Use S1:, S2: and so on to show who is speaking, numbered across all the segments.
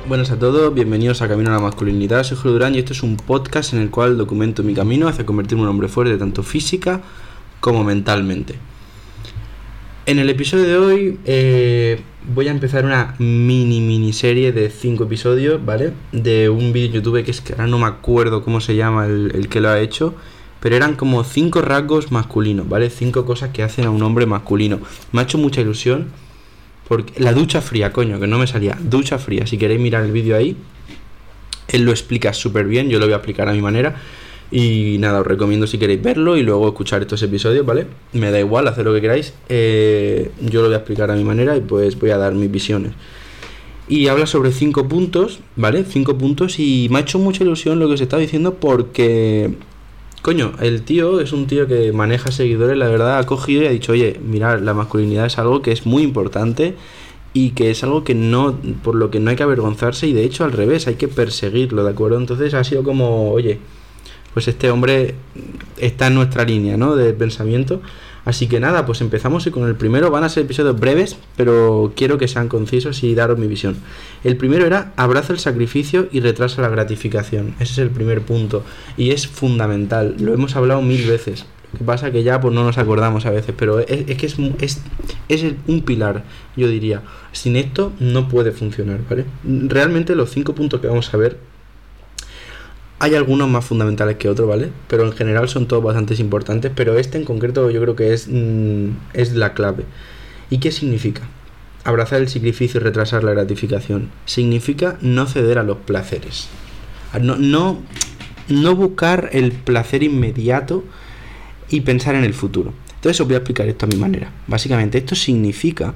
S1: Buenas a todos, bienvenidos a Camino a la Masculinidad. Soy Julio Durán y esto es un podcast en el cual documento mi camino hacia convertirme en un hombre fuerte tanto física como mentalmente. En el episodio de hoy voy a empezar una miniserie de 5 episodios, ¿vale? De un vídeo en YouTube que es que ahora no me acuerdo cómo se llama el que lo ha hecho, pero eran como 5 rasgos masculinos, ¿vale? 5 cosas que hacen a un hombre masculino. Me ha hecho mucha ilusión. Porque la ducha fría, coño, que no me salía. Ducha fría, si queréis mirar el vídeo ahí. Él lo explica súper bien, yo lo voy a explicar a mi manera. Y nada, os recomiendo si queréis verlo y luego escuchar estos episodios, ¿vale? Me da igual, hacer lo que queráis. Yo lo voy a explicar a mi manera y pues voy a dar mis visiones. Y habla sobre 5 puntos, ¿vale? 5 puntos y me ha hecho mucha ilusión lo que os estaba diciendo porque... Coño, el tío es un tío que maneja seguidores, la verdad ha cogido y ha dicho, oye, mirad, la masculinidad es algo que es muy importante y que es algo que no, por lo que no hay que avergonzarse y de hecho al revés, hay que perseguirlo, ¿de acuerdo? Entonces ha sido como, oye, pues este hombre está en nuestra línea, ¿no? De pensamiento. Así que nada, pues empezamos y con el primero van a ser episodios breves, pero quiero que sean concisos y daros mi visión. El primero era abraza el sacrificio y retrasa la gratificación. Ese es el primer punto y es fundamental. Lo hemos hablado 1000 veces. Lo que pasa que ya pues no nos acordamos a veces, pero es que es un pilar, yo diría. Sin esto no puede funcionar, ¿vale? Realmente los 5 puntos que vamos a ver, hay algunos más fundamentales que otros, ¿vale? Pero en general son todos bastante importantes, pero este en concreto yo creo que es la clave. ¿Y qué significa? Abrazar el sacrificio y retrasar la gratificación. Significa no ceder a los placeres. No buscar el placer inmediato y pensar en el futuro. Entonces os voy a explicar esto a mi manera. Básicamente esto significa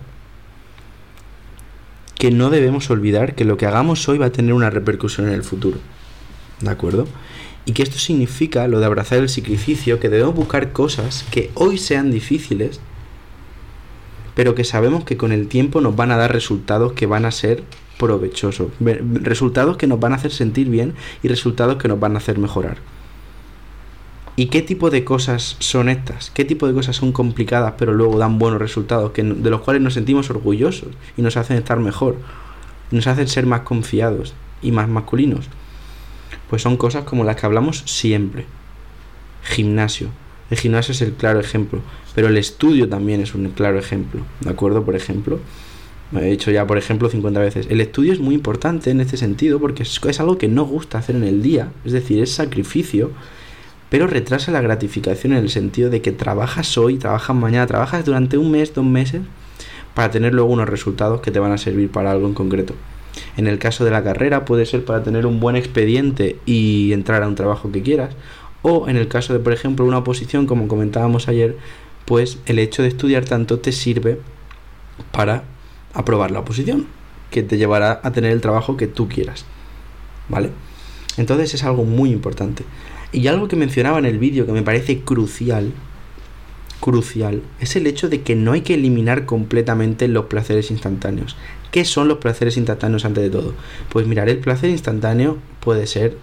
S1: que no debemos olvidar que lo que hagamos hoy va a tener una repercusión en el futuro. ¿De acuerdo? Y que esto significa, lo de abrazar el sacrificio, que debemos buscar cosas que hoy sean difíciles, pero que sabemos que con el tiempo nos van a dar resultados que van a ser provechosos, resultados que nos van a hacer sentir bien y resultados que nos van a hacer mejorar. ¿Y qué tipo de cosas son estas? ¿Qué tipo de cosas son complicadas pero luego dan buenos resultados, de los cuales nos sentimos orgullosos y nos hacen estar mejor, nos hacen ser más confiados y más masculinos? Pues son cosas como las que hablamos siempre. Gimnasio. El gimnasio es el claro ejemplo, pero el estudio también es un claro ejemplo, ¿de acuerdo? Por ejemplo, me he dicho ya por ejemplo 50 veces. El estudio es muy importante en este sentido porque es algo que no gusta hacer en el día, es decir, es sacrificio, pero retrasa la gratificación en el sentido de que trabajas hoy, trabajas mañana, trabajas durante un mes, 2 meses, para tener luego unos resultados que te van a servir para algo en concreto. En el caso de la carrera puede ser para tener un buen expediente y entrar a un trabajo que quieras, o en el caso de, por ejemplo, una oposición, como comentábamos ayer, pues el hecho de estudiar tanto te sirve para aprobar la oposición, que te llevará a tener el trabajo que tú quieras, ¿vale? Entonces es algo muy importante. Y algo que mencionaba en el vídeo que me parece crucial, es el hecho de que no hay que eliminar completamente los placeres instantáneos. ¿Qué son los placeres instantáneos antes de todo? Pues mirar, el placer instantáneo puede ser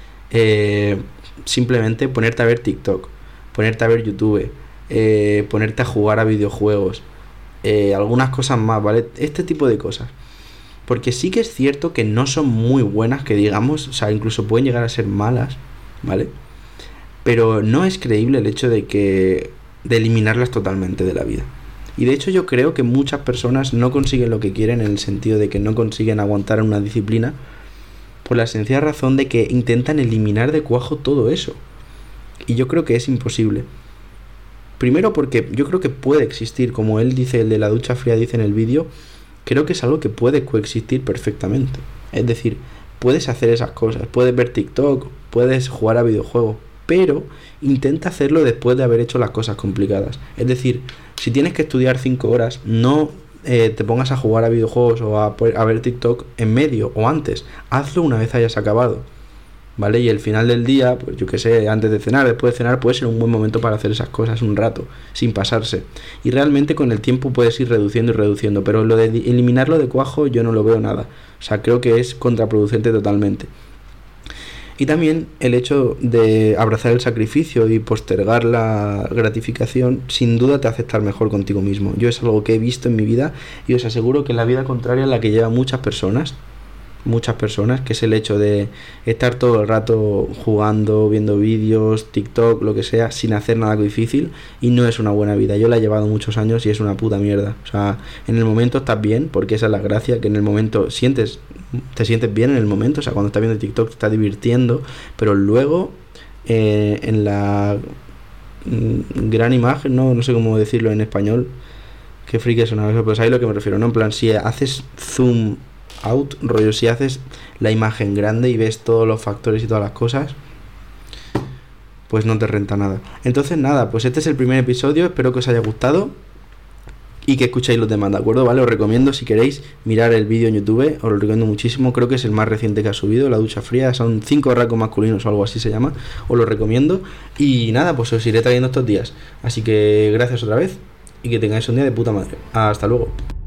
S1: simplemente ponerte a ver TikTok, ponerte a ver YouTube, ponerte a jugar a videojuegos, algunas cosas más, ¿vale? Este tipo de cosas. Porque sí que es cierto que no son muy buenas, que digamos, o sea, incluso pueden llegar a ser malas, ¿vale? Pero no es creíble el hecho de eliminarlas totalmente de la vida. Y de hecho yo creo que muchas personas no consiguen lo que quieren en el sentido de que no consiguen aguantar una disciplina por la sencilla razón de que intentan eliminar de cuajo todo eso. Y yo creo que es imposible. Primero porque yo creo que puede existir, como él dice, el de la ducha fría dice en el vídeo, creo que es algo que puede coexistir perfectamente. Es decir, puedes hacer esas cosas, puedes ver TikTok, puedes jugar a videojuegos, pero intenta hacerlo después de haber hecho las cosas complicadas. Es decir, si tienes que estudiar 5 horas, no te pongas a jugar a videojuegos o a ver TikTok en medio o antes. Hazlo una vez hayas acabado, ¿vale? Y el final del día, pues yo que sé, antes de cenar, después de cenar, puede ser un buen momento para hacer esas cosas un rato, sin pasarse. Y realmente con el tiempo puedes ir reduciendo, pero lo de eliminarlo de cuajo yo no lo veo nada. O sea, creo que es contraproducente totalmente. Y también el hecho de abrazar el sacrificio y postergar la gratificación sin duda te hace estar mejor contigo mismo. Yo es algo que he visto en mi vida y os aseguro que en la vida contraria, en la que llevan muchas personas, muchas personas, que es el hecho de estar todo el rato jugando, viendo vídeos, TikTok, lo que sea, sin hacer nada difícil, y no es una buena vida. Yo la he llevado muchos años y es una puta mierda. O sea, en el momento estás bien, porque esa es la gracia, que en el momento te sientes bien en el momento, o sea, cuando estás viendo TikTok te estás divirtiendo, pero luego en la gran imagen, no sé cómo decirlo en español, qué friki es una cosa, pues ahí lo que me refiero, ¿no? En plan, si haces zoom out, rollo, si haces la imagen grande y ves todos los factores y todas las cosas, pues no te renta nada. Entonces nada, pues este es el primer episodio, espero que os haya gustado y que escuchéis los demás, ¿de acuerdo? Vale, os recomiendo, si queréis mirar el vídeo en YouTube, os lo recomiendo muchísimo, creo que es el más reciente que ha subido, la ducha fría, son 5 rasgos masculinos o algo así se llama, os lo recomiendo, y nada, pues os iré trayendo estos días, así que gracias otra vez y que tengáis un día de puta madre. Hasta luego.